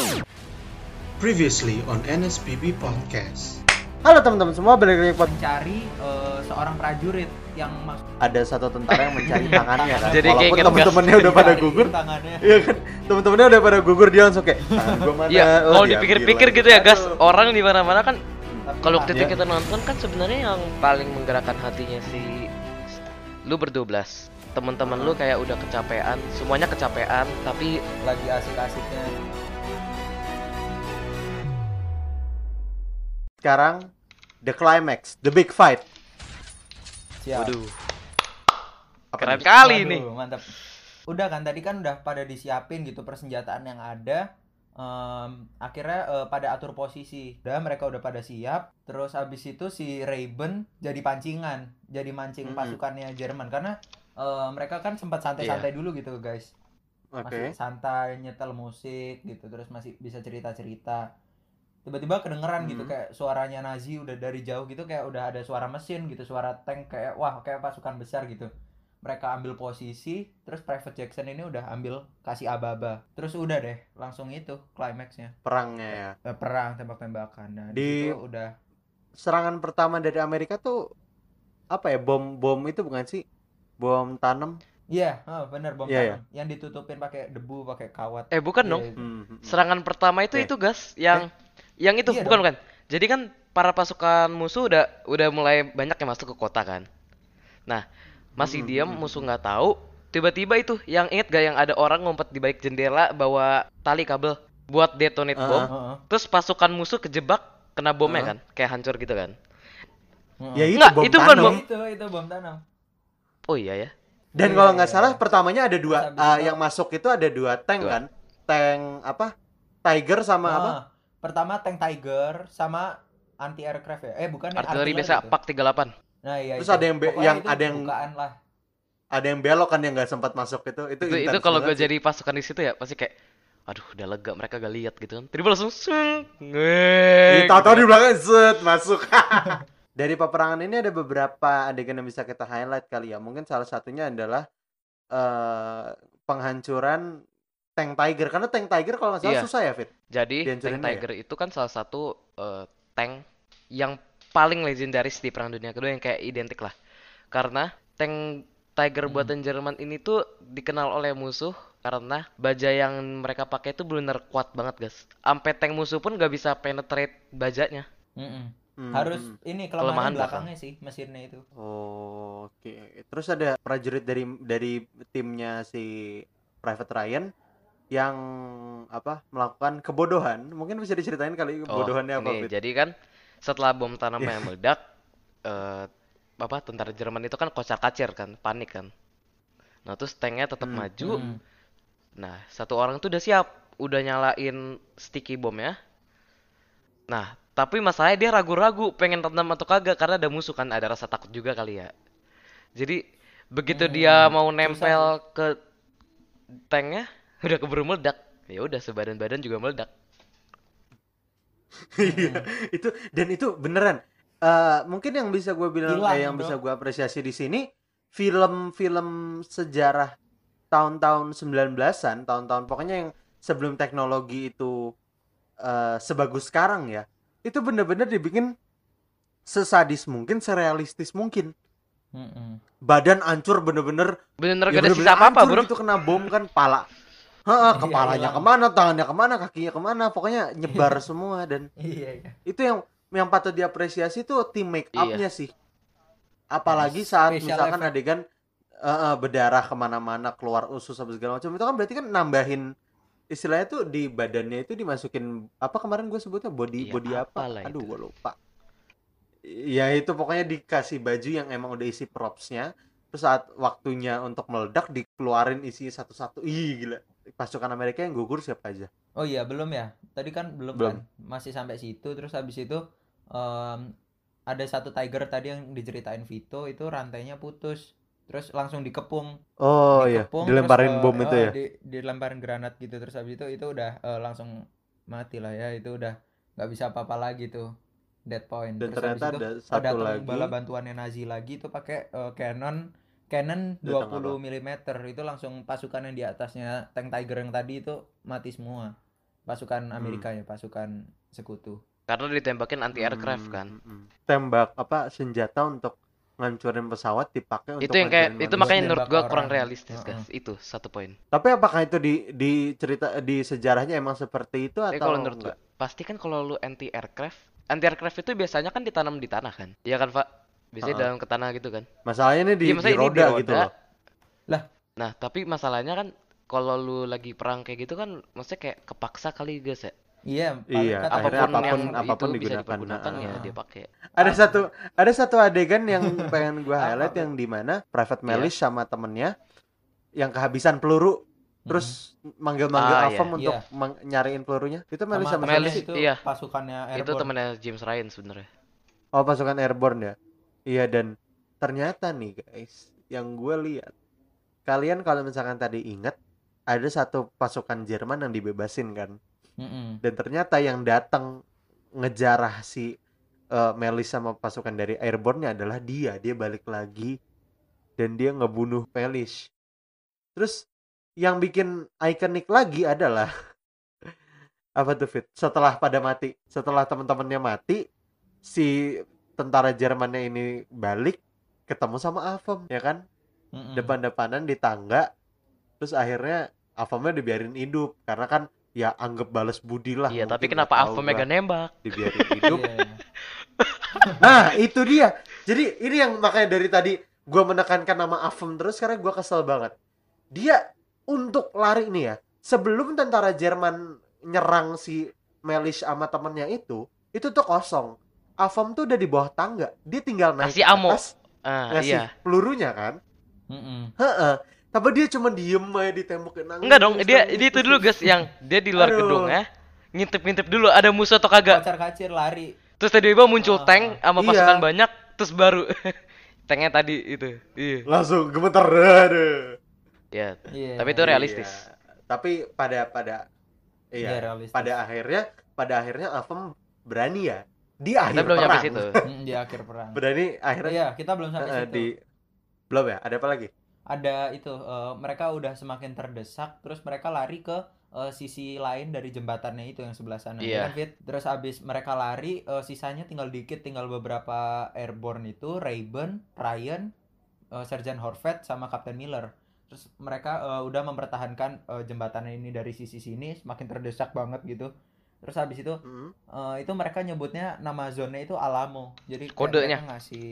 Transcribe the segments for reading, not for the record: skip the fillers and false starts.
Previously on NSBB Podcast. Halo teman-teman semua, balik lagi mencari seorang prajurit yang ada satu tentara yang mencari tangannya kan. Jadi walaupun kayak teman-temannya udah pada gugur. tangannya. Iya kan? Teman-temannya udah pada gugur, dia langsung kayak tangan gua mana? Iya, Oh, kalau dia dipikir-pikir ambil gitu ya, lagi. Gas. Orang di mana-mana kan kalau waktu itu Iya. kita nonton kan sebenarnya yang paling menggerakkan hatinya si lu ber-12. Teman-teman lu kayak udah kecapean, semuanya kecapean, tapi Lagi asik-asiknya. Sekarang the climax, the big fight. Siap. waduh, Apa keren nih? kali Waduh, nih. mantap. Udah kan tadi kan udah pada disiapin gitu persenjataan yang ada. Akhirnya pada atur posisi. Mereka udah pada siap. Terus abis itu si Raven jadi pancingan, jadi mancing pasukannya Jerman karena mereka kan sempat santai-santai dulu gitu guys. Masih Oke. santai, nyetel musik gitu, terus masih bisa cerita-cerita. Tiba-tiba kedengeran gitu kayak suaranya Nazi udah dari jauh gitu, kayak udah ada suara mesin gitu, suara tank, kayak wah kayak pasukan besar gitu. Mereka ambil posisi, terus Private Jackson ini udah ambil kasih aba-aba. Terus udah deh, langsung itu climaxnya. Perangnya ya. Perang tembak-tembakan. Nah, Di- di situ udah Serangan pertama dari Amerika tuh apa ya? Bom itu bukan sih? Bom tanam. iya, bener bom Iya, tanam. Yang ditutupin pakai debu, pakai kawat. Bukan Iya, dong. itu. Serangan pertama itu Eh. itu, Gas, yang itu Iya bukan dong. bukan. Jadi kan para pasukan musuh udah mulai banyak yang masuk ke kota kan. Nah, masih diam, musuh nggak tahu. Tiba-tiba itu yang inget gak yang ada orang ngumpet di balik jendela bawa tali kabel buat detonate bom. Heeh. Terus pasukan musuh kejebak kena bomnya kan, kayak hancur gitu kan. Ya itu Nggak, bom itu bukan tanam. bom. Itu bom tanam. Oh iya ya. Dan Iya, kalau nggak iya. salah pertamanya ada dua, Terus habis itu- yang masuk itu ada dua tank Dua. kan? Tank apa? Tiger sama apa? Pertama tank Tiger sama anti aircraft ya. Bukan ya, Artileri artileri biasa itu. Pak 38. Nah, iya Terus itu. ada yang Pokoknya yang itu ada yang bukaan lah. ada yang belok kan yang nggak sempat masuk itu Itu intens kalau banget gue sih. jadi pasukan di situ ya pasti kayak aduh udah lega mereka gak lihat gitu kan. Tiba langsung Tahu-tahu di belakang set masuk. Dari peperangan ini ada beberapa adegan yang bisa kita highlight kali ya. Mungkin salah satunya adalah penghancuran tank Tiger, karena tank Tiger kalau nggak salah Iya. susah ya, Fit. Jadi Dihancurin tank Tiger itu kan salah satu tank yang paling legendaris di Perang Dunia Kedua, yang kayak identik lah. Karena tank Tiger buatan Jerman ini tuh dikenal oleh musuh karena baja yang mereka pakai itu benar kuat banget, guys. Sampai tank musuh pun gak bisa penetrate bajanya. Harus ini Kelemahan kelemahan belakangnya sih mesinnya itu. Oke. Terus ada prajurit dari timnya si Private Ryan yang melakukan kebodohan. Mungkin bisa diceritain kali kebodohannya apa, Ini Fit? jadi kan setelah bom tanamnya meledak, tentara Jerman itu kan kocar-kacir kan, panik kan. Nah, terus tanknya tetap maju. Nah, satu orang tuh udah siap, udah nyalain sticky bomnya. Nah, tapi masalahnya dia ragu-ragu pengen tendam atau kagak karena ada musuh kan, ada rasa takut juga kali ya. Jadi begitu dia mau nempel ke tanknya, udah keburu meledak. Ya udah sebadan-badan juga meledak. Iya, itu beneran. Mungkin yang bisa gue bilang, Hilang, yang bro. bisa gue apresiasi di sini, film-film sejarah tahun-tahun 19-an, tahun-tahun pokoknya yang sebelum teknologi itu sebagus sekarang ya, itu bener-bener dibikin sesadis mungkin, serealistis mungkin. Badan hancur bener-bener, Bener-bener ya gak ada bener-bener sisa apa-apa, hancur bro. gitu, kena bom kan, kepalanya hilang. kemana, tangannya kemana, kakinya kemana, pokoknya nyebar semua. Dan Iya. itu yang patut diapresiasi tuh tim make up-nya sih. Apalagi Yes, saat special misalkan effect. adegan berdarah kemana-mana, keluar usus apa segala macam, itu kan berarti kan nambahin, istilahnya tuh di badannya itu dimasukin apa kemarin gue sebutnya body Iya, apa, apalah aduh itu. gue lupa. Ya itu pokoknya dikasih baju yang emang udah isi propsnya, terus saat waktunya untuk meledak dikeluarin isi satu-satu. Ih gila, pasukan Amerika yang gugur siapa aja? Oh iya, belum ya. Tadi kan belum Belum. kan. Masih sampai situ, terus habis itu ada satu Tiger tadi yang diceritain Vito, itu rantainya putus. Terus langsung dikepung. Oh iya, Dikepung, dilemparin terus, bom itu ya. dilemparin granat gitu, terus habis itu udah langsung mati lah ya, itu udah nggak bisa apa-apa lagi tuh, dead point. Dan Terus habis ternyata itu ada satu datang lagi. bala bantuannya Nazi lagi tuh pakai Canon Datang 20 mm, itu langsung pasukan yang di atasnya tank Tiger yang tadi itu mati semua. pasukan Amerika ya, pasukan sekutu. Karena ditembakin anti aircraft kan. Tembak apa senjata untuk ngancurin pesawat dipakai untuk Itu yang kayak ngancurin itu manusia. makanya menurut Nembak gua orang. kurang realistis Heeh. guys. Itu satu poin. Tapi apakah itu di cerita di sejarahnya emang seperti itu Tapi atau kalau menurut gua, enggak? pasti kan kalau lu anti aircraft itu biasanya kan ditanam di tanah kan? Iya kan, Pak? Biasanya Heeh. dalam ke tanah gitu kan? Masalahnya ini Iya, di maksudnya ini di roda roda. gitu loh. Lah, Nah, tapi masalahnya kan kalau lu lagi perang kayak gitu kan maksudnya kayak kepaksa kali guys ya. iya, Iya, kata akhirnya Apapun yang apapun itu bisa digunakan. dipergunakan ya Nah. dia pakai. Ada satu adegan yang pengen gua Apa, highlight Bet? yang di mana Private Iya. Malish sama temennya yang kehabisan peluru terus manggil-manggil Ah, Avon iya. untuk nyariin pelurunya. Itu Malish sama siapa Malish, sih? itu iya. pasukannya Itu Airborne. temennya James Ryan sebenarnya. Oh, pasukan airborne ya. Iya, dan ternyata nih guys, yang gue lihat, kalian kalau misalkan tadi ingat ada satu pasukan Jerman yang dibebasin kan, Mm-mm. dan ternyata yang datang ngejarah si Melis sama pasukan dari airborne-nya adalah dia balik lagi dan dia ngebunuh Melis. Terus yang bikin ikonik lagi adalah apa tuh Fit? Setelah pada mati, setelah teman-temannya mati, si tentara Jermannya ini balik ketemu sama Avon ya kan, Mm-mm. depan-depanan di tangga, terus akhirnya Avonnya dibiarin hidup karena kan ya anggap balas budi lah. Iya, tapi mungkin, kenapa nggak tahu Avon gua, mega nembak? dibiarin hidup. Iya. Nah itu dia, jadi ini yang makanya dari tadi gue menekankan nama Avon terus karena gue kesel banget. Dia untuk lari nih ya, sebelum tentara Jerman nyerang si Melish sama temennya itu tuh kosong. Avon tuh udah di bawah tangga, dia tinggal naik Kasih ke ammo. atas, Ah, ngasih iya. pelurunya kan. Mm-mm. Heeh. Tapi dia cuma diem aja ditembakin, nangis. Enggak dong, dia itu dulu guys yang dia di luar Aduh. gedung ya. Ngintip-ngintip dulu ada musuh atau kagak. Kocar-kacir lari. Terus tiba-tiba muncul Ah, tank sama iya. pasukan banyak, terus baru tanknya tadi itu. Iya. Langsung gemeter. Aduh. Ya, Iya. tapi itu realistis. Iya. Tapi pada Iya, iya, realistis. pada akhirnya Avon berani ya di akhir Kita belum perang. nyampe situ. Di akhir perang. Berani akhirnya Iya, kita belum sampai situ. belum ya? Ada apa lagi? Ada itu mereka udah semakin terdesak, terus mereka lari ke sisi lain dari jembatannya itu yang sebelah sana. Iya. Ya kan, Fit? Terus abis mereka lari, sisanya tinggal dikit, tinggal beberapa airborne itu, Rayburn, Ryan, Sergeant Horvat sama Captain Miller. Terus mereka udah mempertahankan jembatannya ini dari sisi sini, semakin terdesak banget gitu. Terus habis itu itu mereka nyebutnya nama zone-nya itu Alamo. Jadi kayak Kodenya. mereka ngasih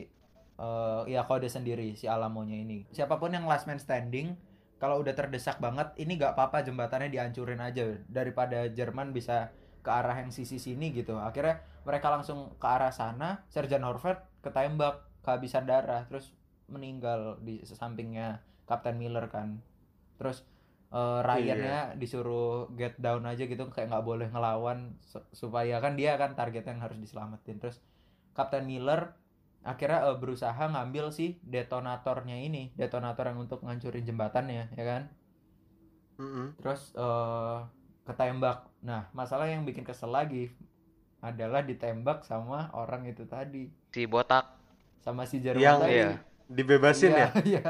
ya kode sendiri si Alamonya ini. Siapapun yang last man standing, kalau udah terdesak banget, ini gak apa-apa jembatannya dihancurin aja daripada Jerman bisa ke arah yang sisi sini gitu. Akhirnya mereka langsung ke arah sana, Sergeant Horvat ketembak, kehabisan darah, terus meninggal di sampingnya Captain Miller kan. Terus Ryan-nya disuruh get down aja gitu, kayak nggak boleh ngelawan supaya kan dia kan targetnya yang harus diselamatin. Terus Captain Miller akhirnya berusaha ngambil si detonatornya ini, detonator yang untuk ngancurin jembatannya ya kan. Terus ketembak. Nah, masalah yang bikin kesel lagi adalah ditembak sama orang itu tadi, Si botak. sama si Jerman Yang tadi. Iya. dibebasin ya? Iya.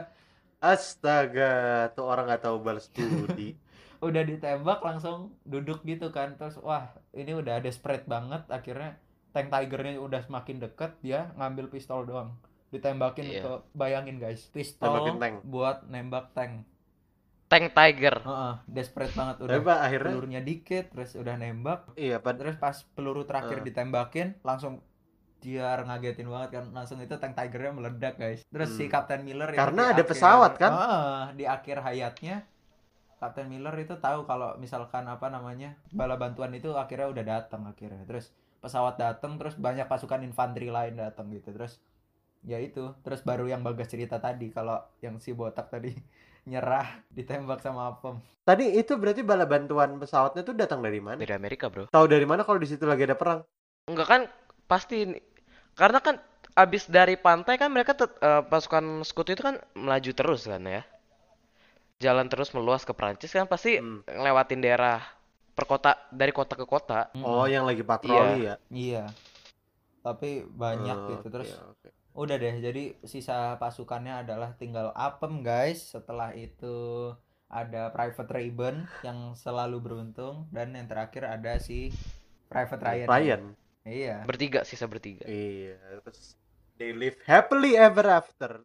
Astaga, tuh orang nggak tahu balas budi. Udah ditembak langsung duduk gitu kan. Terus wah, ini udah desperate banget. Akhirnya tank Tigernya udah semakin deket, dia ngambil pistol doang, ditembakin Iya. ke, bayangin guys, pistol Tembakin tank. buat nembak tank. Tank Tiger. Desperate banget, Tapi udah Pak, akhirnya pelurunya dikit, terus udah nembak, iya Pak, terus pas peluru terakhir ditembakin langsung dia ngagetin banget kan, langsung itu tank Tigernya meledak guys. Terus si Captain Miller itu Karena di ada pesawat, kan? di akhir hayatnya Captain Miller itu tahu kalau misalkan apa namanya bala bantuan itu akhirnya udah datang akhirnya. Terus pesawat datang, terus banyak pasukan infanteri lain datang gitu. Terus ya itu, terus baru yang Bagas cerita tadi kalau yang si botak tadi nyerah ditembak sama Apem. tadi itu berarti bala bantuan pesawatnya tuh datang dari mana? Dari Amerika, bro. Tahu dari mana kalau di situ lagi ada perang? Enggak kan pasti karena kan abis dari pantai kan mereka pasukan sekutu itu kan melaju terus kan ya. Jalan terus meluas ke Prancis kan pasti ngelewatin daerah dari kota ke kota. Oh, yang lagi patroli ya? Iya. Tapi banyak gitu. Terus Oke. udah deh, jadi sisa pasukannya adalah tinggal Apem guys. Setelah itu ada Private Rayburn yang selalu beruntung, dan yang terakhir ada si Private Ryan. Ryan. Iya. Bertiga, sisa bertiga. Iya, terus they live happily ever after.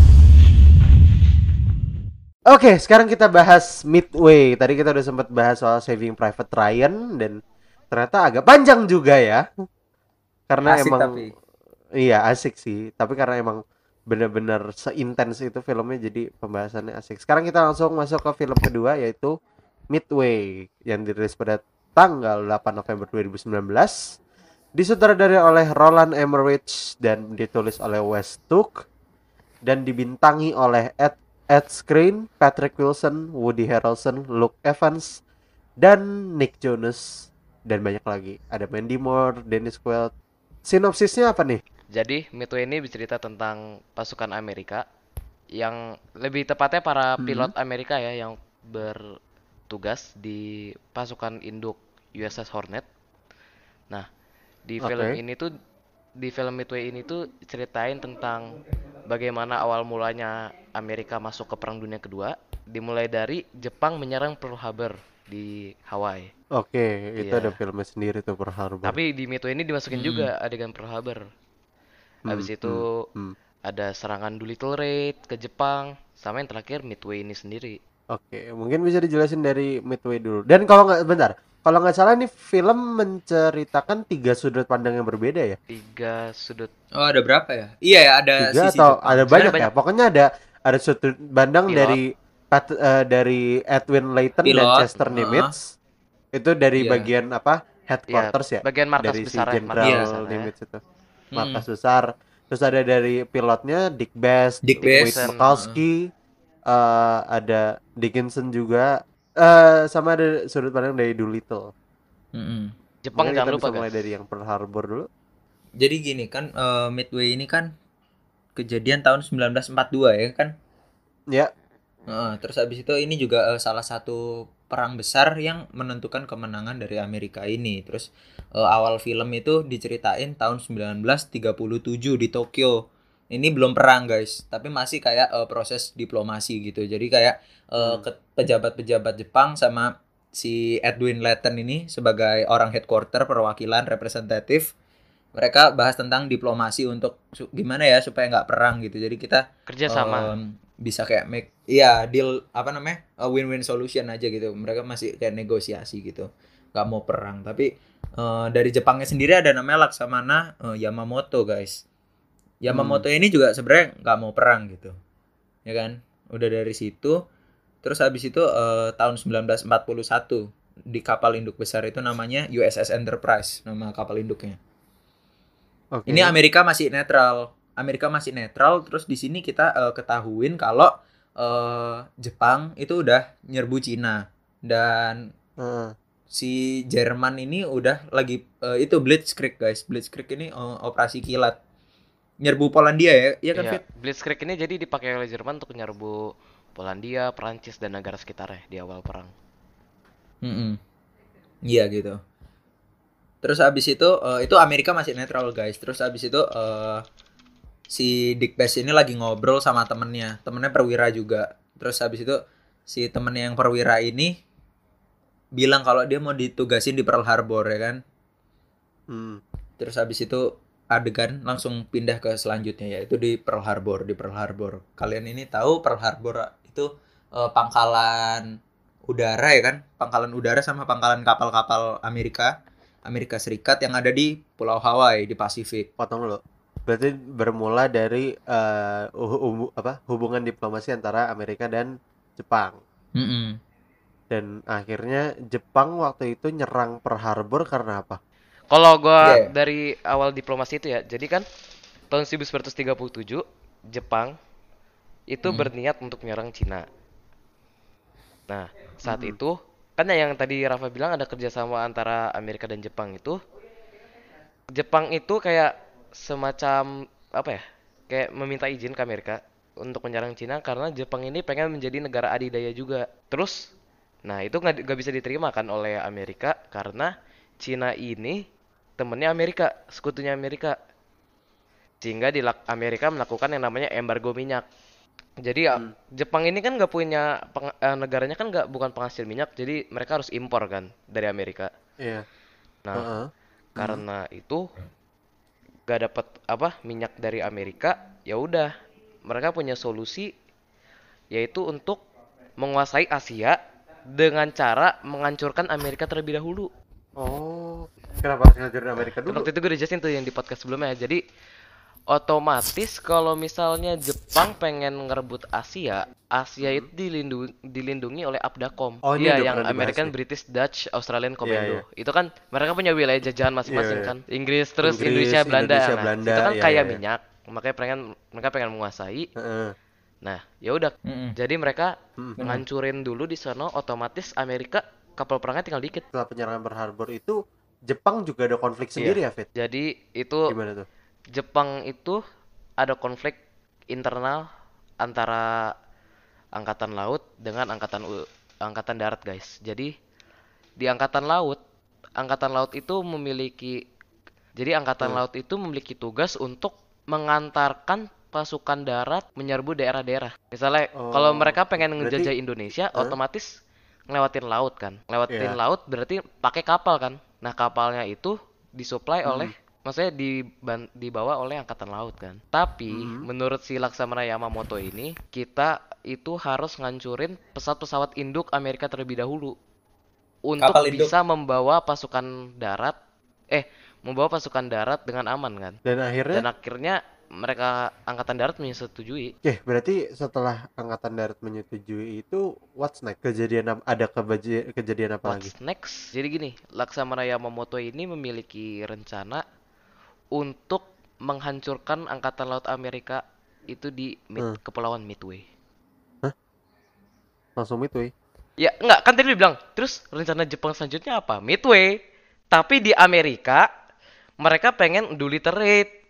Oke, sekarang kita bahas Midway. Tadi kita udah sempat bahas soal Saving Private Ryan dan ternyata agak panjang juga ya. Karena Asik emang tapi. iya asik sih, tapi karena emang bener-bener seintens itu filmnya jadi pembahasannya asik. Sekarang kita langsung masuk ke film kedua yaitu Midway yang dirilis pada tanggal 8 November 2019. Disutradarai oleh Roland Emmerich dan ditulis oleh Wes Took dan dibintangi oleh Ed Skrein, Patrick Wilson, Woody Harrelson, Luke Evans, dan Nick Jonas dan banyak lagi. Ada Mandy Moore, Dennis Quaid. Sinopsisnya apa nih? Jadi Midway ini bercerita tentang pasukan Amerika yang lebih tepatnya para pilot Amerika ya yang bertugas di pasukan induk USS Hornet. Nah, di film Oke. ini tuh di film Midway ini tuh ceritain tentang bagaimana awal mulanya Amerika masuk ke Perang Dunia Kedua, dimulai dari Jepang menyerang Pearl Harbor di Hawaii. Oke, itu ada Iya. filmnya sendiri tuh Pearl Harbor. Tapi di Midway ini dimasukin juga adegan Pearl Harbor. Habis itu ada serangan Doolittle Raid ke Jepang, sama yang terakhir Midway ini sendiri. Oke, mungkin bisa dijelasin dari Midway dulu. Dan kalau nggak salah ini film menceritakan 3 sudut pandang yang berbeda ya. 3 sudut. Oh, ada berapa ya? Iya ya, ada 3 sisi atau Jepang. ada banyak ya. banyak. Pokoknya ada sudut pandang Pilot. dari Edwin Layton dan Pilot, Chester Nimitz. Itu dari Iya. bagian apa? Headquarters ya. Bagian markas Dari si besar ya, Jenderal markas besar ya. Nimitz itu. Markas besar. Terus ada dari pilotnya Dick Best, Dick Wade Best. Mikulski, ada Dickinson juga, sama ada sudut pandang dari Doolittle. Jepang Mungkin jangan kita lupa bisa mulai guys. dari yang Pearl Harbor dulu. Jadi gini kan, Midway ini kan kejadian tahun 1942 ya kan. Ya, Terus habis itu ini juga salah satu perang besar yang menentukan kemenangan dari Amerika ini. Terus awal film itu diceritain tahun 1937 di Tokyo. Ini belum perang guys, tapi masih kayak proses diplomasi gitu. Jadi kayak pejabat-pejabat Jepang sama si Edwin Layton ini sebagai orang headquarter perwakilan representatif, mereka bahas tentang diplomasi untuk gimana ya supaya nggak perang gitu. Jadi kita Kerjasama. bisa kayak deal apa namanya, win-win solution aja gitu. Mereka masih kayak negosiasi gitu, nggak mau perang. Tapi dari Jepangnya sendiri ada namanya Laksamana Yamamoto guys. Yamamoto ini juga sebenarnya nggak mau perang gitu, ya kan. Udah dari situ, terus habis itu tahun 1941 di kapal induk besar itu namanya USS Enterprise, nama kapal induknya. oke. Ini Amerika masih netral. Terus di sini kita ketahuin kalau Jepang itu udah nyerbu Cina, dan si Jerman ini udah lagi itu Blitzkrieg guys. Blitzkrieg ini operasi kilat nyerbu Polandia ya, iya kan Iya, Fit? Blitzkrieg ini jadi dipakai oleh Jerman untuk nyerbu Polandia, Prancis dan negara sekitarnya di awal perang. Iya gitu. Terus abis itu Amerika masih netral guys. Terus abis itu si Dick Best ini lagi ngobrol sama temennya perwira juga. Terus habis itu si temennya yang perwira ini bilang kalau dia mau ditugasin di Pearl Harbor ya kan. Terus habis itu adegan langsung pindah ke selanjutnya, yaitu di Pearl Harbor. Kalian ini tahu Pearl Harbor itu pangkalan udara ya kan? Pangkalan udara sama pangkalan kapal-kapal Amerika Serikat yang ada di Pulau Hawaii di Pasifik. Potong dulu. Berarti bermula dari hubungan diplomasi antara Amerika dan Jepang. Dan akhirnya Jepang waktu itu nyerang Pearl Harbor karena apa? Kalau gua dari awal diplomasi itu ya, jadi kan tahun 1937 Jepang itu berniat untuk menyerang Cina. Nah, saat itu kan yang tadi Rafa bilang ada kerjasama antara Amerika dan Jepang itu. Jepang itu kayak semacam apa ya? Kayak meminta izin ke Amerika untuk menyerang Cina karena Jepang ini pengen menjadi negara adidaya juga. Terus, nah itu nggak bisa diterima kan oleh Amerika karena Cina ini temennya Amerika, sekutunya Amerika. Sehingga Amerika melakukan yang namanya embargo minyak. Jadi Jepang ini kan nggak punya negaranya kan bukan penghasil minyak, jadi mereka harus impor kan dari Amerika. Iya. Nah, Heeh. karena itu nggak dapat apa minyak dari Amerika, ya udah mereka punya solusi yaitu untuk menguasai Asia dengan cara menghancurkan Amerika terlebih dahulu. Oh, kenapa harus ngajarin Amerika Kan dulu? waktu itu gue udah jelasin tuh yang di podcast sebelumnya. Jadi otomatis kalau misalnya Jepang pengen ngerebut Asia, Asia itu dilindungi oleh APDACOM. Oh, ini Iya, udah yang pernah dibahas American, nih. British, Dutch, Australian Iya, Commando. iya. Itu kan mereka punya wilayah jajahan masing-masing Iya, iya. kan. Inggris terus Inggris, Indonesia, Belanda. Indonesia, Nah, Belanda, itu kan iya, kaya iya, iya. minyak. Makanya mereka pengen menguasai. Heeh. Nah, ya udah. Mm-mm. Jadi mereka Mm-mm. ngancurin dulu di sana, otomatis Amerika kapal perangnya tinggal dikit. Setelah penyerangan Pearl Harbor itu Jepang juga ada konflik sendiri ya, Fit? Jadi itu Gimana tuh? Jepang itu ada konflik internal antara angkatan laut dengan angkatan darat, guys. Jadi di angkatan laut itu memiliki tugas untuk mengantarkan pasukan darat menyerbu daerah-daerah. Misalnya kalau Oh, mereka pengen berarti- ngejajah Indonesia, otomatis ngelewatin laut kan. Ngelewatin Iya. laut berarti pakai kapal kan. Nah, kapalnya itu disuplai oleh maksudnya dibawa oleh angkatan laut kan. Tapi menurut si Laksamana Yamamoto ini, kita itu harus ngancurin pesawat-pesawat induk Amerika terlebih dahulu untuk Kapal induk. bisa membawa pasukan darat dengan aman kan. Dan Dan akhirnya, akhirnya mereka angkatan darat menyetujui. berarti setelah Angkatan Darat menyetujui itu, what's next? Kejadian apa lagi? What's next? Jadi gini, Laksamana Yamamoto ini memiliki rencana untuk menghancurkan angkatan laut Amerika itu di Kepulauan Midway. Langsung Midway. Ya, enggak, kan tadi dibilang, terus rencana Jepang selanjutnya apa? Midway. Tapi di Amerika, mereka pengen Duliterate.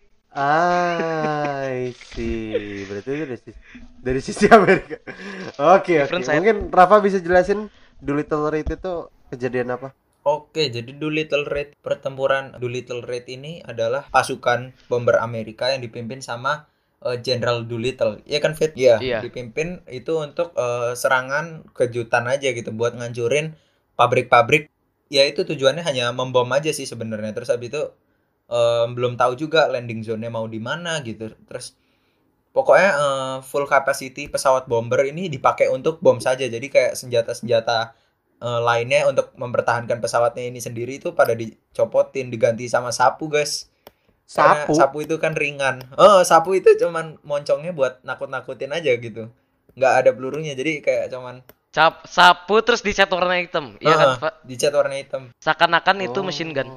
I see. Berarti itu dari sisi Amerika. Oke. Different side. Mungkin Rafa bisa jelasin Doolittle Raid itu kejadian apa? Oke, jadi pertempuran Doolittle Raid ini adalah pasukan bomber Amerika yang dipimpin sama Jenderal Doolittle. Iya kan, Fit? Iya. Dipimpin itu untuk serangan kejutan aja gitu buat ngancurin pabrik-pabrik. Ya itu tujuannya hanya membom aja sih sebenarnya. Terus habis itu belum tahu juga landing zone-nya mau di mana gitu. Terus pokoknya full capacity pesawat bomber ini dipakai untuk bom saja. Jadi kayak senjata-senjata lainnya untuk mempertahankan pesawatnya ini sendiri itu pada dicopotin, diganti sama sapu, guys. Karena sapu itu kan ringan. Sapu itu cuman moncongnya buat nakut-nakutin aja gitu. Nggak ada pelurunya. Jadi kayak cuman Sapu terus dicat warna hitam. Iya kan, Pak? dicat warna hitam. Seakan-akan itu machine gun.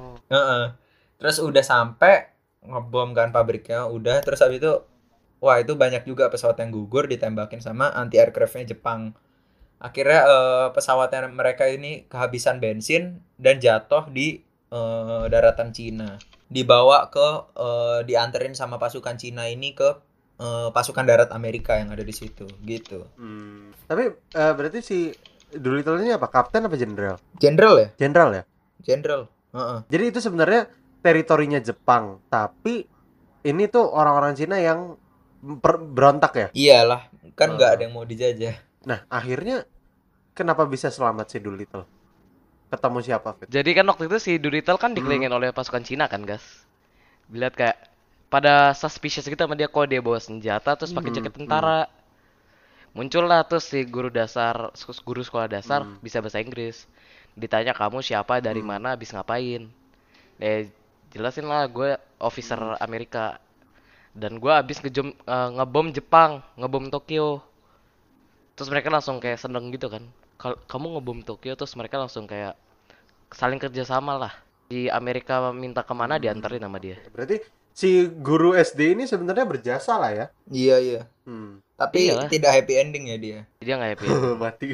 Terus udah sampai ngebom kan pabriknya, udah terus habis itu wah itu banyak juga pesawat yang gugur ditembakin sama anti aircraftnya Jepang. Akhirnya pesawatnya mereka ini kehabisan bensin dan jatuh di daratan Cina. Dibawa dianterin sama pasukan Cina ini ke pasukan darat Amerika yang ada di situ gitu. Tapi berarti si Doolittle ini apa? Kapten apa jenderal? Jenderal ya? Jenderal ya? Jenderal. Jadi itu sebenarnya teritorinya Jepang, tapi ini tuh orang-orang Cina yang berontak ya? Iyalah, kan nggak ada yang mau dijajah. Nah, akhirnya kenapa bisa selamat si Doolittle? Ketemu siapa, Fit? Jadi kan waktu itu si Doolittle kan dikelilingin oleh pasukan Cina kan, guys. Dilihat kayak pada suspicious gitu sama dia, kok dia bawa senjata terus pakai jaket tentara. Muncullah terus si guru sekolah dasar bisa bahasa Inggris. Ditanya kamu siapa, dari mana, habis ngapain. Jelasin lah gue officer Amerika. Dan gue habis ngebom Jepang, ngebom Tokyo. Terus mereka langsung kayak seneng gitu kan. Kamu ngebom Tokyo, terus mereka langsung kayak saling kerjasama lah. Di Amerika minta kemana diantarin sama dia. Berarti si guru SD ini sebenarnya berjasa lah ya? Iya. Tapi Iyalah. tidak happy ending ya dia. Dia nggak happy. Mati.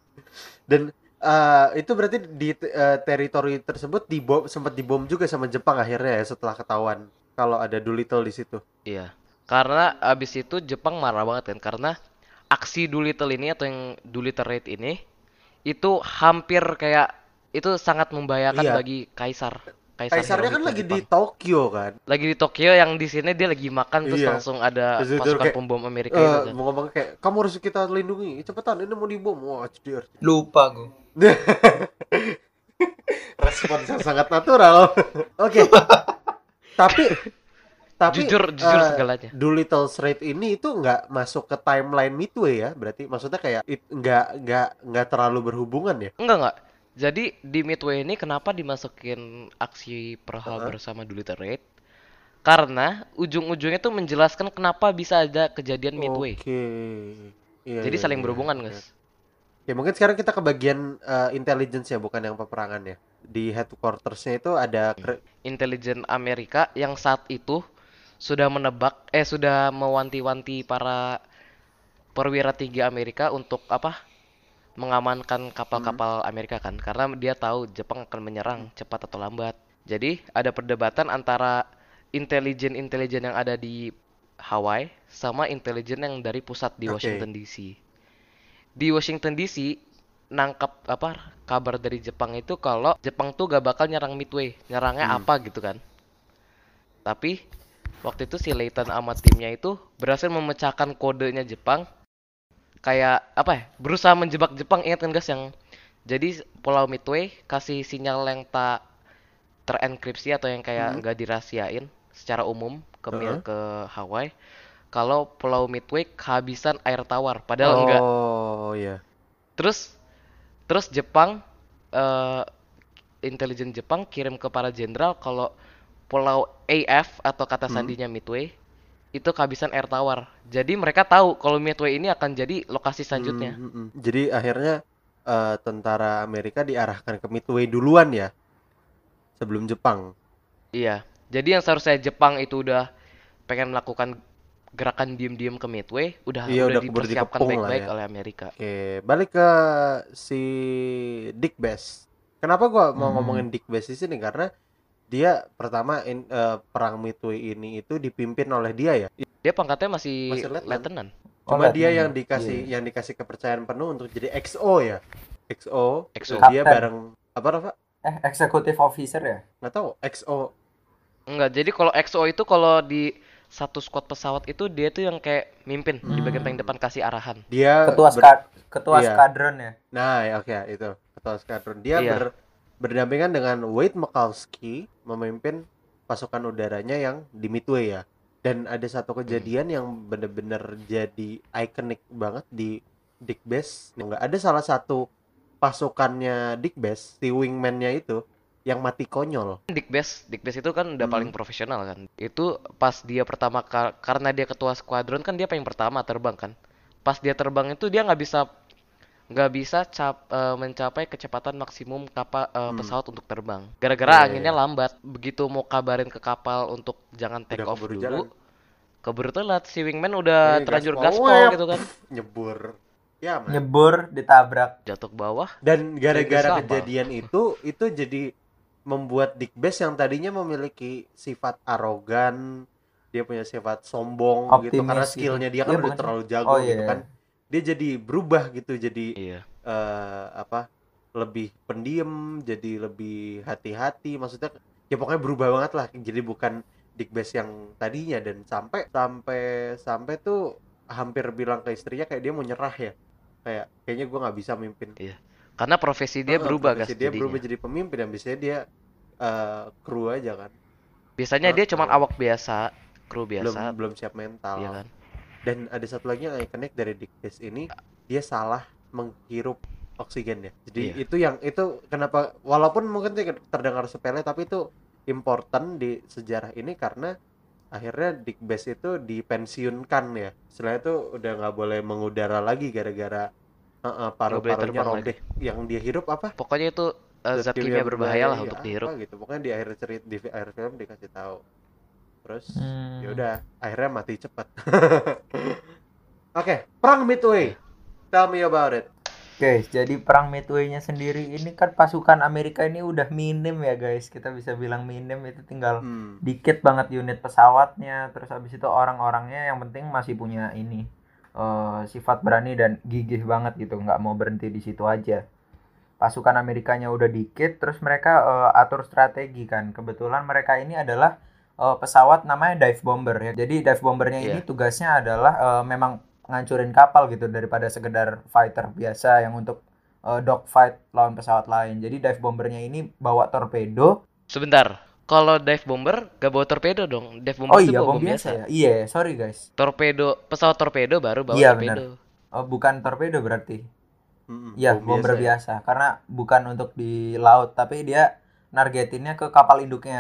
Dan itu berarti di teritori tersebut sempat dibom juga sama Jepang akhirnya ya, setelah ketahuan kalau ada Doolittle di situ. Iya. Karena abis itu Jepang marah banget kan, karena aksi Doolittle ini atau yang Doolittle Raid ini itu hampir kayak itu sangat membahayakan Iya. bagi kaisar. Kaisarnya kan Hirohito lagi di Jepang. Tokyo kan. Lagi di Tokyo, yang di sini dia lagi makan terus Iya. langsung ada Terus itu pasukan kayak pembom Amerika itu kan. mau ngomong kayak kamu harus kita lindungi. Cepetan, ini mau dibom. Wah, CDR. Lupa gue. Respons yang sangat natural. Oke. Tapi Jujur segalanya. Doolittle's Raid ini itu nggak masuk ke timeline Midway ya, berarti maksudnya kayak nggak terlalu berhubungan ya. Enggak. Jadi di Midway ini kenapa dimasukin aksi Pearl Harbor sama Doolittle Raid? Karena ujung-ujungnya tuh menjelaskan kenapa bisa ada kejadian Midway. Oke. Iya, Jadi iya, saling iya. berhubungan, Oke. guys. Ya mungkin sekarang kita ke bagian intelligence ya, bukan yang peperangan ya. Di headquarters-nya itu ada Intelijen Amerika yang saat itu sudah sudah mewanti-wanti para perwira tinggi Amerika untuk apa? Mengamankan kapal-kapal Amerika kan, karena dia tahu Jepang akan menyerang cepat atau lambat. Jadi ada perdebatan antara intelijen yang ada di Hawaii sama intelijen yang dari pusat di Oke. Washington DC. Di Washington DC nangkap apa kabar dari Jepang itu kalau Jepang tuh gak bakal nyerang Midway, nyerangnya apa gitu kan. Tapi waktu itu si Leighton sama timnya itu berhasil memecahkan kodenya Jepang, kayak apa ya, berusaha menjebak Jepang. Ingat kan guys yang jadi Pulau Midway kasih sinyal yang tak terenkripsi atau yang kayak nggak dirahasiain secara umum ke Hawaii, kalau Pulau Midway kehabisan air tawar, padahal enggak. Oh iya. Terus Jepang, intelijen Jepang kirim ke para jenderal kalau Pulau AF atau kata sandinya Midway itu kehabisan air tawar. Jadi mereka tahu kalau Midway ini akan jadi lokasi selanjutnya. Jadi akhirnya tentara Amerika diarahkan ke Midway duluan ya, sebelum Jepang. Iya. Jadi yang seharusnya Jepang itu udah pengen melakukan gerakan diem-diem ke Midway, udah keburu dipersiapkan dikepung lah baik-baik ya. oleh Amerika. Oke, balik ke si Dick Bass. Kenapa gua mau ngomongin Dick Bass di sini? Karena dia pertama perang Midway ini itu dipimpin oleh dia ya. Dia pangkatnya masih lieutenant. lieutenant. Cuma dia lieutenant. yang dikasih Iya. yang dikasih kepercayaan penuh untuk jadi XO ya. XO. XO. Dia Kapten. bareng apa Rafa? Executive officer ya? Nggak tahu. XO. Enggak, jadi kalau XO itu kalau di satu squad pesawat itu dia tuh yang kayak mimpin di bagian paling depan, kasih arahan. Dia Ketua iya. skadron ya? Nah, ya, oke itu ketua skadron. Dia Iya. berdampingan dengan Wade McCloskey memimpin pasukan udaranya yang di Midway ya. Dan ada satu kejadian yang bener-bener jadi ikonik banget di Dick Bass. Nggak ada salah satu pasukannya Dick Bass, si wingman-nya itu yang mati konyol. Dick Bass itu kan udah paling profesional kan. Itu pas dia pertama karena dia ketua skuadron kan, dia paling pertama terbang kan. Pas dia terbang itu dia nggak bisa mencapai kecepatan maksimum pesawat untuk terbang. Gara-gara anginnya lambat. Begitu mau kabarin ke kapal untuk jangan take off keburu dulu, jalan. keburu telat, si wingman udah terlanjur gaspol gitu kan. Nyebur. Ya, man. Nyebur, ditabrak. Jatuh ke bawah. Dan gara-gara Jadi kejadian itu jadi membuat Dick Bass yang tadinya memiliki sifat arogan, dia punya sifat sombong gitu Optimis karena gitu. skillnya dia kan Iya, udah bukan sih? terlalu jago Oh, gitu iya. kan. Dia jadi berubah gitu, jadi Iya. lebih pendiam, jadi lebih hati-hati, maksudnya ya pokoknya berubah banget lah. Jadi bukan Dick Bass yang tadinya, dan sampai tuh hampir bilang ke istrinya kayak dia mau nyerah ya. Kayaknya gue nggak bisa mimpin. Iya. Karena profesi dia berubah guys. Profesi dia jadinya. berubah jadi pemimpin, dan biasanya dia kru aja kan. Biasanya dia cuma awak biasa, kru biasa. Belum siap mental. Iya kan? Dan ada satu lagi yang ikonik dari Dick Bass ini, dia salah menghirup oksigen ya. Jadi itu kenapa, walaupun mungkin terdengar sepele, tapi itu important di sejarah ini karena akhirnya Dick Bass itu dipensiunkan ya. Setelah itu udah nggak boleh mengudara lagi gara-gara paru-parunya robek. Yang dia hirup apa? Pokoknya itu zat kimia berbahaya lah untuk dihirup. Gitu. Pokoknya di akhir film dikasih tahu. Terus ya udah akhirnya mati cepat. Oke, perang Midway. Tell me about it. Oke, jadi perang Midway-nya sendiri ini kan pasukan Amerika ini udah minim ya guys. Kita bisa bilang minim, itu tinggal dikit banget unit pesawatnya. Terus habis itu orang-orangnya yang penting masih punya sifat berani dan gigih banget gitu, nggak mau berhenti di situ aja. pasukan Amerikanya udah dikit, terus mereka atur strategi kan. Kebetulan mereka ini adalah pesawat namanya dive bomber ya. Jadi dive bombernya ini Iya. tugasnya adalah memang ngancurin kapal gitu daripada sekedar fighter biasa yang untuk dogfight lawan pesawat lain. Jadi dive bombernya ini bawa torpedo. Sebentar. Kalau dive bomber gak bawa torpedo dong. Dive Oh bomber tuh iya, bawa bom bom biasa biasa. ya. Iya, sorry guys. Torpedo, pesawat torpedo baru bawa Iya benar. torpedo. Oh, bukan torpedo berarti. Mm-mm, Iya, bom bomber biasa ya. biasa. Karena bukan untuk di laut, tapi dia nargetinnya ke kapal induknya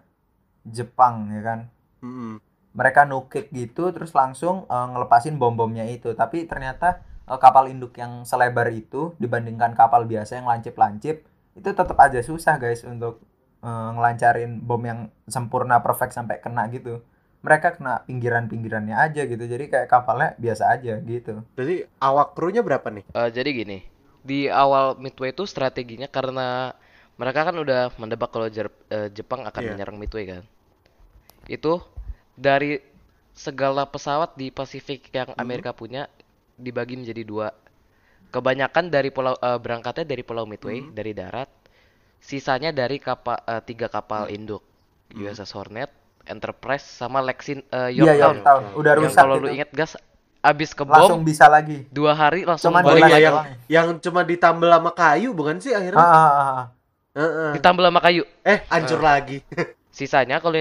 Jepang ya kan. Mm-mm. Mereka nukik gitu terus langsung ngelepasin bom-bomnya itu. Tapi ternyata kapal induk yang selebar itu dibandingkan kapal biasa yang lancip-lancip itu tetap aja susah guys untuk ngelancarin bom yang sempurna perfect sampai kena gitu. Mereka kena pinggiran-pinggirannya aja gitu. Jadi kayak kapalnya biasa aja gitu. Jadi awak krunya berapa nih? Jadi gini, di awal Midway itu strateginya karena mereka kan udah mendebak kalau Jepang akan Iya. menyerang Midway kan. Itu dari segala pesawat di Pasifik yang Amerika punya dibagi menjadi dua. Kebanyakan dari berangkatnya dari Pulau Midway dari darat, sisanya dari tiga kapal induk, USS Hornet, Enterprise, sama Iya, Yorktown. Yorktown. Udah Yang rusak kalau lu gitu. inget gas, abis Langsung kebom bisa lagi. 2 hari langsung Cuman Oh balik iya, hilang lagi. yang doang. cuma ditambal sama kayu bukan sih akhirnya? Ah. Heeh. Ditambal sama kayu. Hancur lagi. Sisanya kalau yang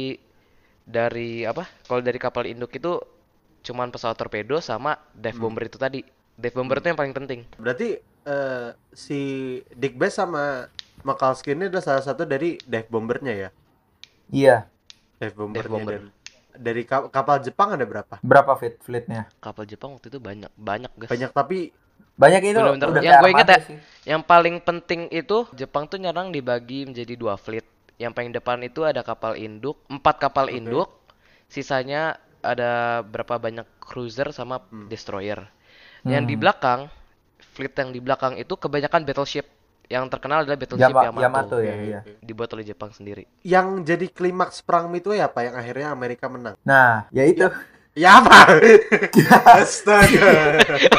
dari apa? Kalau dari kapal induk itu cuman pesawat torpedo sama dive bomber itu tadi. Dive bomber itu yang paling penting. Berarti si Dick Bass sama Makalski ini adalah salah satu dari dive bombernya ya? Iya. Dive bombernya. bomber. Dan dari kapal Jepang ada berapa? Berapa fleetnya? Kapal Jepang waktu itu banyak guys. Banyak tapi Banyak itu Bener-bener. udah Yang kayak gue inget armada ya, sih. yang paling penting itu Jepang tuh nyerang dibagi menjadi 2 fleet. Yang paling depan itu ada kapal induk, 4 kapal induk. Sisanya ada berapa banyak cruiser sama destroyer. Yang di belakang, fleet yang di belakang itu kebanyakan battleship. Yang terkenal adalah battleship Yamato. Yamato ya, iya. Dibuat oleh Jepang sendiri. yang jadi klimaks perang Midway apa yang akhirnya Amerika menang? Nah, ya itu. Ya apa? Astaga.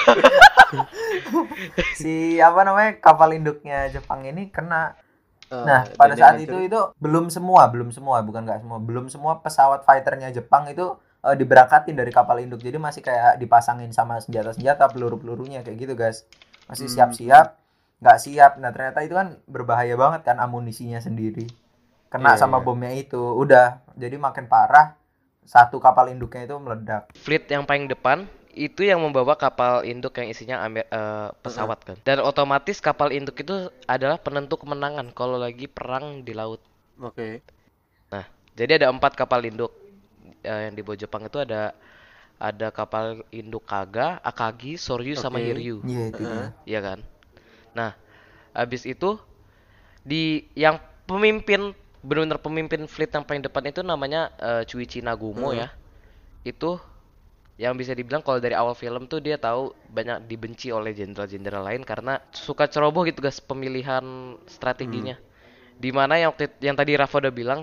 Si apa namanya kapal induknya Jepang ini kena. Nah, Dan pada yang saat hancur- itu belum semua, bukan nggak semua, belum semua pesawat fighternya Jepang itu diberangkatin dari kapal induk. Jadi masih kayak dipasangin sama senjata-senjata, peluru-pelurunya kayak gitu, guys. Masih siap-siap, nggak siap. Nah, ternyata itu kan berbahaya banget kan amunisinya sendiri. Kena Iya, sama iya. bomnya itu. Udah, jadi makin parah. Satu kapal induknya itu meledak. Fleet yang paling depan itu yang membawa kapal induk yang isinya pesawat kan. Dan otomatis kapal induk itu adalah penentu kemenangan kalau lagi perang di laut. Oke. Nah, jadi ada 4 kapal induk yang dibawa Jepang itu ada kapal induk Kaga, Akagi, Soryu sama Oke. Hiryu. Iya itu dia. Iya kan? Nah, habis itu yang benar-benar pemimpin fleet yang paling depan itu namanya Chuichi Nagumo ya. Itu yang bisa dibilang kalau dari awal film tuh dia tahu banyak dibenci oleh jenderal-jenderal lain karena suka ceroboh gitu guys pemilihan strateginya. Dimana yang tadi Rafa udah bilang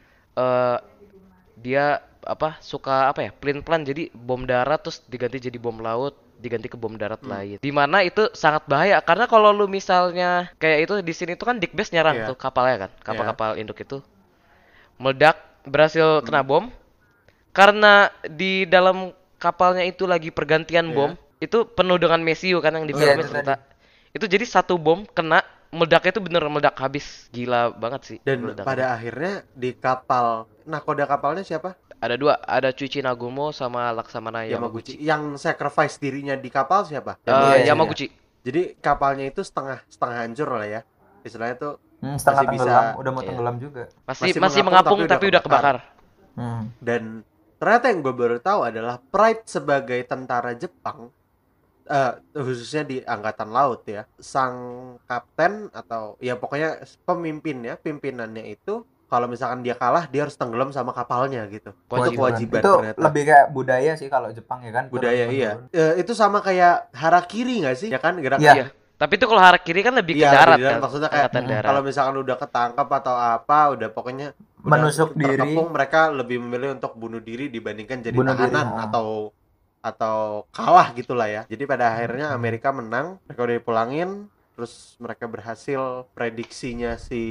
dia suka plan jadi bom darat terus diganti jadi bom laut diganti ke bom darat lain. Dimana itu sangat bahaya karena kalau lu misalnya kayak itu di sini tuh kan Dick Bass nyerang Iya. tuh kapalnya kan kapal-kapal induk itu meledak berhasil kena bom karena di dalam kapalnya itu lagi pergantian bom itu penuh dengan mesiu kan yang di Iya, filmnya itu cerita itu jadi satu bom kena meledaknya itu bener meledak habis gila banget sih Dan meledaknya. pada akhirnya di kapal nakoda kapalnya siapa? Ada 2 ada Chuichi Nagumo sama Laksamana Yamaguchi. Yamaguchi. Yang sacrifice dirinya di kapal siapa? Iya, iya. Yamaguchi. Jadi kapalnya itu setengah hancur lah ya. Istilahnya tuh Setengah masih bisa- tenggelam, udah mau Iya. tenggelam juga. Masih mengapung tapi udah kebakar. dan ternyata yang gue baru tahu adalah Pride sebagai tentara Jepang khususnya di angkatan laut ya. Sang kapten atau ya pokoknya pimpinannya itu kalau misalkan dia kalah dia harus tenggelam sama kapalnya gitu. Itu kewajiban Itu ternyata. lebih kayak budaya sih kalau Jepang ya kan. Budaya iya. Turun-menurun. Itu sama kayak harakiri nggak sih? Ya kan gerakan Iya. Iya. Tapi itu kalau harakiri kan lebih ke Iya, darat lebih darat. kan. Maksudnya kayak Angkatan darat. kalau misalkan udah ketangkap atau apa, udah pokoknya udah Menusuk diri. terkepung, mereka lebih memilih untuk bunuh diri dibandingkan jadi Bunuh diri, tahanan atau kalah gitulah ya. Jadi pada akhirnya Amerika menang, mereka udah dipulangin, terus mereka berhasil prediksinya si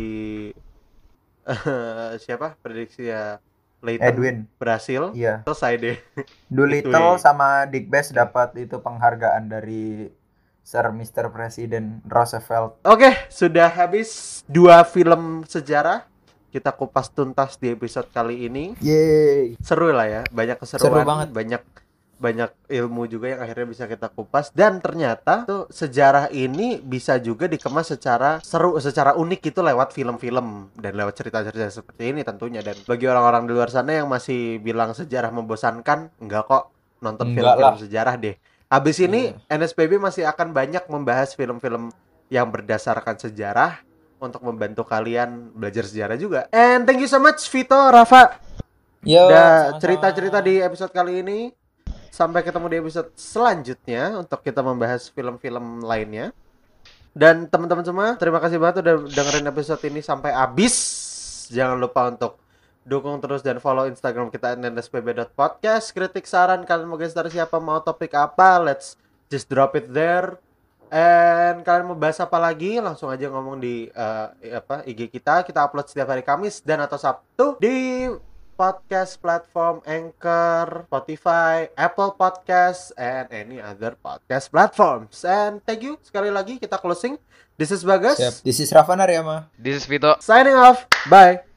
siapa? Prediksi ya Leighton Edwin. berhasil. Iya. Selesai deh. Doolittle Itu, sama Dick Best dapat itu penghargaan dari Sir Mr. President Roosevelt. Oke, sudah habis 2 film sejarah. Kita kupas tuntas di episode kali ini. Yeay. Seru lah ya, banyak Seru keseruan, banget. banyak ilmu juga yang akhirnya bisa kita kupas, dan ternyata tuh sejarah ini bisa juga dikemas secara seru, secara unik gitu lewat film-film dan lewat cerita-cerita seperti ini tentunya. Dan bagi orang-orang di luar sana yang masih bilang sejarah membosankan, enggak kok, nonton Enggak film-film lah. sejarah deh. Habis ini Iya. NSPB masih akan banyak membahas film-film yang berdasarkan sejarah untuk membantu kalian belajar sejarah juga. And thank you so much Vito, Rafa, Yo, udah sama-sama. cerita-cerita di episode kali ini. Sampai ketemu di episode selanjutnya untuk kita membahas film-film lainnya. Dan teman-teman semua, terima kasih banget udah dengerin episode ini sampai habis. Jangan lupa untuk dukung terus dan follow Instagram kita @nspb.podcast. Kritik, saran, kalian mau guest dari siapa, mau topik apa, let's just drop it there. And kalian mau bahas apa lagi, langsung aja ngomong di IG kita. Kita upload setiap hari Kamis dan atau Sabtu di podcast platform Anchor, Spotify, Apple Podcasts, and any other podcast platforms. And thank you sekali lagi, kita closing. This is Bagas. Siap. This is Rafa Naryama. This is Vito. Signing off. Bye.